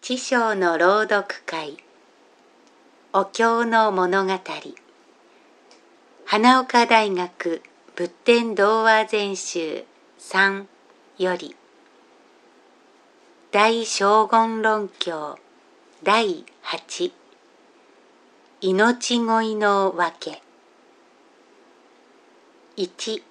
七章の朗読会、お経の物語、花岡大学仏典童話全集3より、大聖言論経第8、命乞いの訳。1、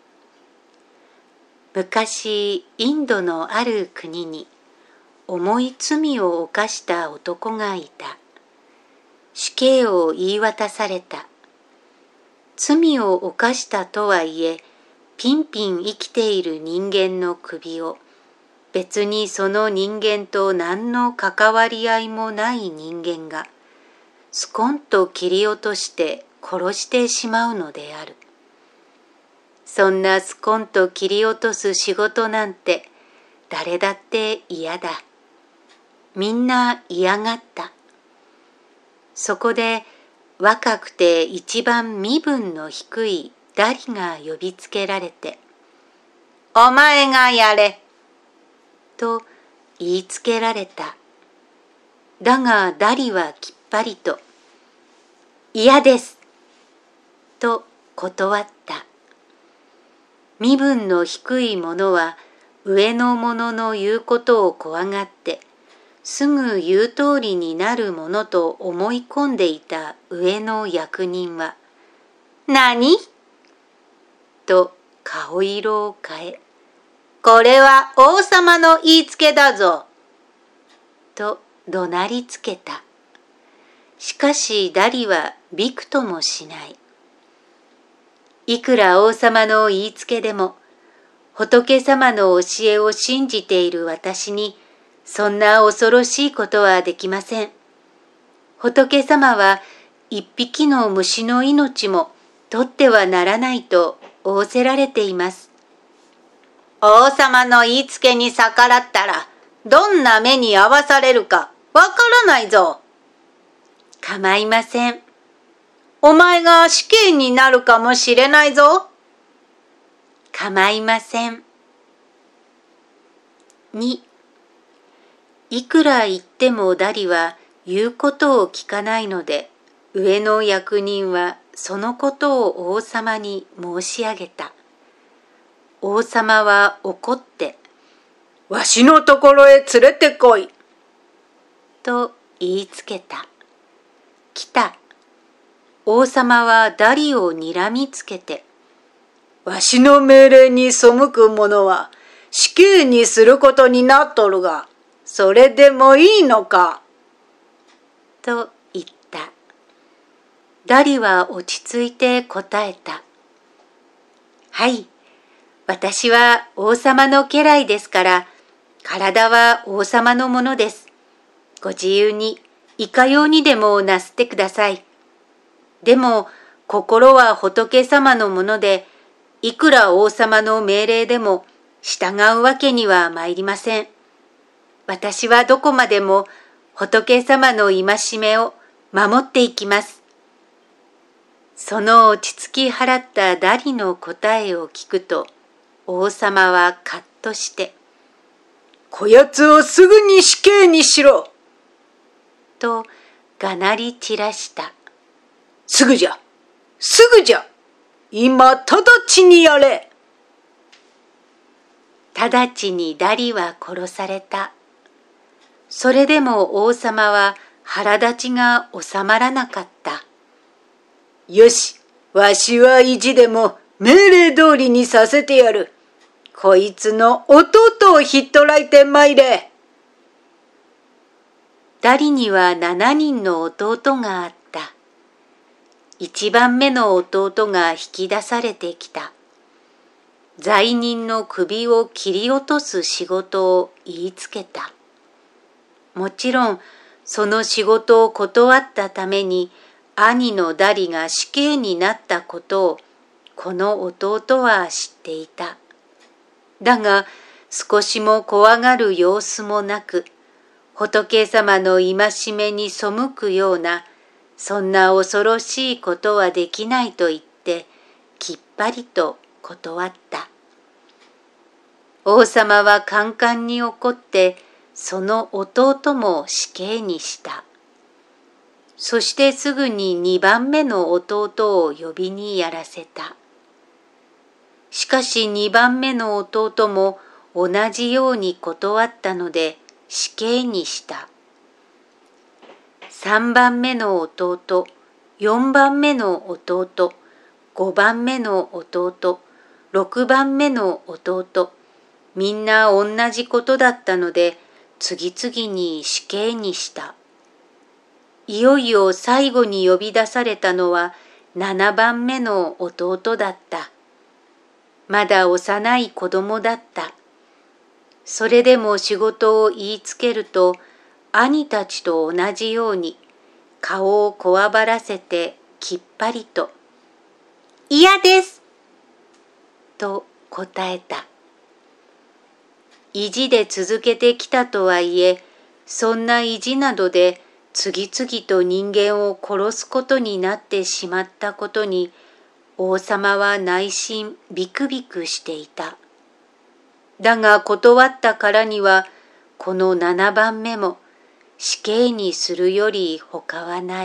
昔インドのある国に重い罪を犯した男がいた。死刑を言い渡された。罪を犯したとはいえ、ピンピン生きている人間の首を、別にその人間と何の関わり合いもない人間が、スコンと切り落として殺してしまうのである。そんなスコンと切り落とす仕事なんて、誰だって嫌だ。みんな嫌がった。そこで若くて一番身分の低いダリが呼びつけられて、お前がやれと言いつけられた。だがダリはきっぱりと、嫌ですと断った。身分の低い者は上の者の言うことを怖がって、すぐ言う通りになるものと思い込んでいた上の役人は、何と顔色を変え、これは王様の言いつけだぞと怒鳴りつけた。しかしダリはびくともしない。いくら王様の言いつけでも、仏様の教えを信じている私に、そんな恐ろしいことはできません。仏様は一匹の虫の命も取ってはならないと仰せられています。王様の言いつけに逆らったら、どんな目に遭わされるかわからないぞ。構いません。お前が死刑になるかもしれないぞ。構いません。2、いくら言ってもダリは言うことを聞かないので、上の役人はそのことを王様に申し上げた。王様は怒って、わしのところへ連れてこいと言いつけた。来た。王様はダリを睨みつけて、わしの命令に背く者は死刑にすることになっとるが、それでもいいのかと言った。ダリは落ち着いて答えた。はい、私は王様の家来ですから、体は王様のものです。ご自由にいかようにでもなすってください。でも心は仏様のもので、いくら王様の命令でも従うわけには参りません。私はどこまでも仏様の戒めを守っていきます。その落ち着き払ったダリの答えを聞くと、王様はカッとして、こやつをすぐに死刑にしろとがなり散らした。すぐじゃ、すぐじゃ、今直ちにやれ。直ちにダリは殺された。それでも王様は腹立ちが収まらなかった。よし、わしは意地でも命令通りにさせてやる。こいつの弟をひっ捕らえてまいれ。ダリには7人の弟があった。1番目の弟が引き出されてきた。罪人の首を切り落とす仕事を言いつけた。もちろんその仕事を断ったために兄のダリが死刑になったことをこの弟は知っていた。だが少しも怖がる様子もなく、仏様の戒めに背くようなそんな恐ろしいことはできないと言ってきっぱりと断った。王様はカンカンに怒ってその弟も死刑にした。そしてすぐに2番目の弟を呼びにやらせた。しかし2番目の弟も同じように断ったので死刑にした。3番目の弟、4番目の弟、5番目の弟、6番目の弟、みんな同じことだったので次々に死刑にした。いよいよ最後に呼び出されたのは7番目の弟だった。まだ幼い子供だった。それでも仕事を言いつけると、兄たちと同じように顔をこわばらせてきっぱりと、嫌ですと答えた。意地で続けてきたとはいえ、そんな意地などで次々と人間を殺すことになってしまったことに、王様は内心ビクビクしていた。だが断ったからには、この7番目も死刑にするより他はない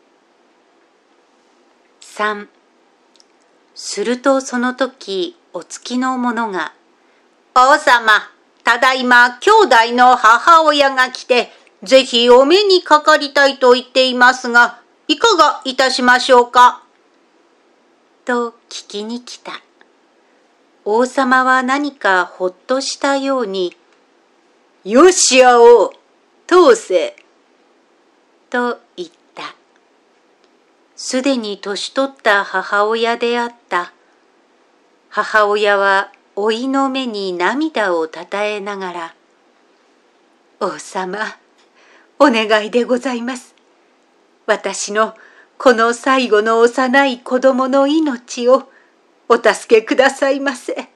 。3. するとその時、お付きの者が、王様、ただいま兄弟の母親が来て、ぜひお目にかかりたいと言っていますが、いかがいたしましょうかと聞きに来た。王様は何かほっとしたように、よしやおう、通せ、と言った。すでに年取った母親であった。母親は甥いの目に涙をたたえながら、王様、お願いでございます。私のこの最後の幼い子供の命をお助けくださいませ。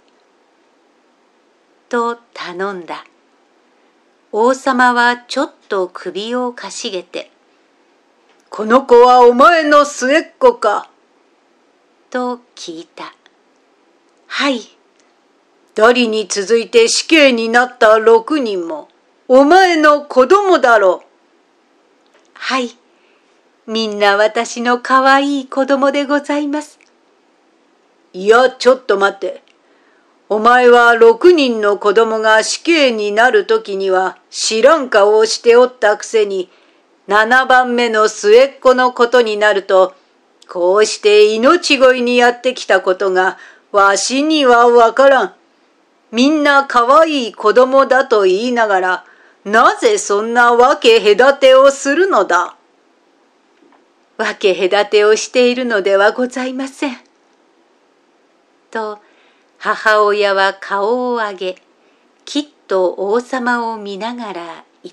と頼んだ。王様はちょっと首をかしげて、この子はお前の末っ子かと聞いた。はい。ダリに続いて死刑になった6人もお前の子供だろう。はい。みんな私のかわいい子供でございます。いや、ちょっと待って。お前は6人の子供が死刑になるときには知らん顔をしておったくせに、7番目の末っ子のことになると、こうして命乞いにやってきたことがわしにはわからん。みんなかわいい子供だと言いながら、なぜそんな分け隔てをするのだ。分け隔てをしているのではございません。と母親は顔を上げ、きっと王様を見ながら言った。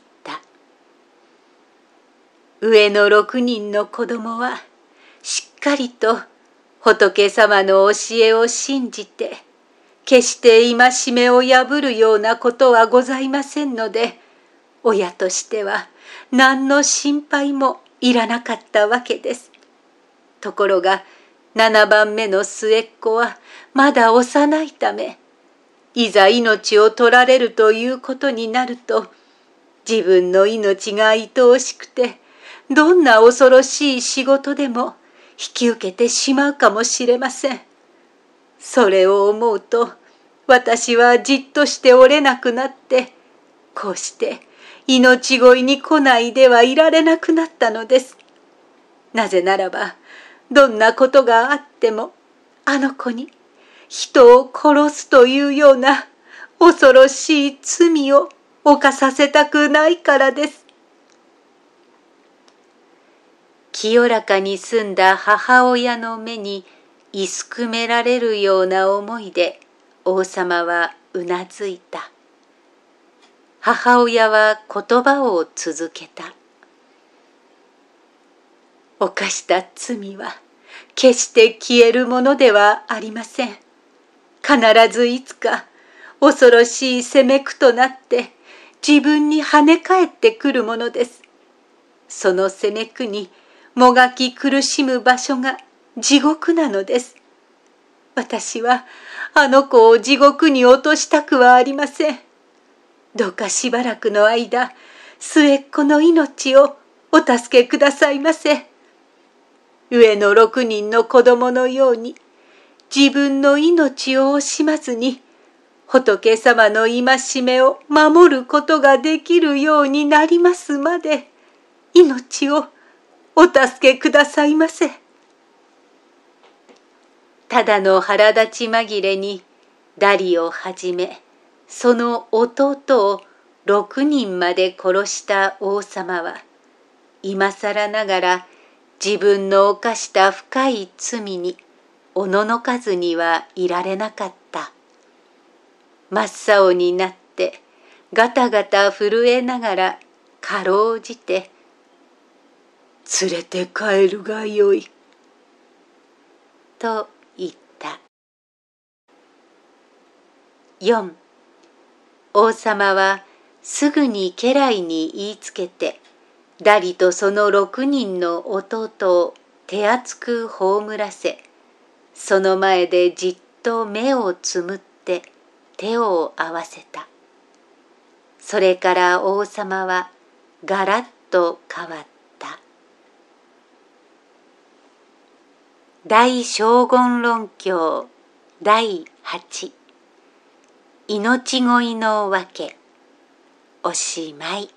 上の6人の子供はしっかりと仏様の教えを信じて、決して戒めを破るようなことはございませんので、親としては何の心配もいらなかったわけです。ところが7番目の末っ子はまだ幼いため、いざ命を取られるということになると、自分の命が愛おしくて、どんな恐ろしい仕事でも引き受けてしまうかもしれません。それを思うと、私はじっとしておれなくなって、こうして命乞いに来ないではいられなくなったのです。なぜならば、どんなことがあっても、あの子に人を殺すというような恐ろしい罪を犯させたくないからです。清らかに澄んだ母親の目にいすくめられるような思いで王様はうなずいた。母親は言葉を続けた。犯した罪は決して消えるものではありません。必ずいつか恐ろしい責め苦となって自分に跳ね返ってくるものです。その責め苦にもがき苦しむ場所が地獄なのです。私はあの子を地獄に落としたくはありません。 どうかしばらくの間、末っ子の命をお助けくださいませ。上の6人の子供のように、自分の命を惜しまずに、仏様の戒めを守ることができるようになりますまで、命をお助けくださいませ。ただの腹立ち紛れに、ダリをはじめ、その弟を6人まで殺した王様は、今更ながら自分の犯した深い罪におののかずにはいられなかった。真っ青になってガタガタ震えながらかろうじて「連れて帰るがよい」と言った。4. 王様はすぐに家来に言いつけてダリとその6人の弟を手厚く葬らせ、その前でじっと目をつむって手を合わせた。それから王様はガラッと変わった。大聖言論教第8、命乞いのわけ、おしまい。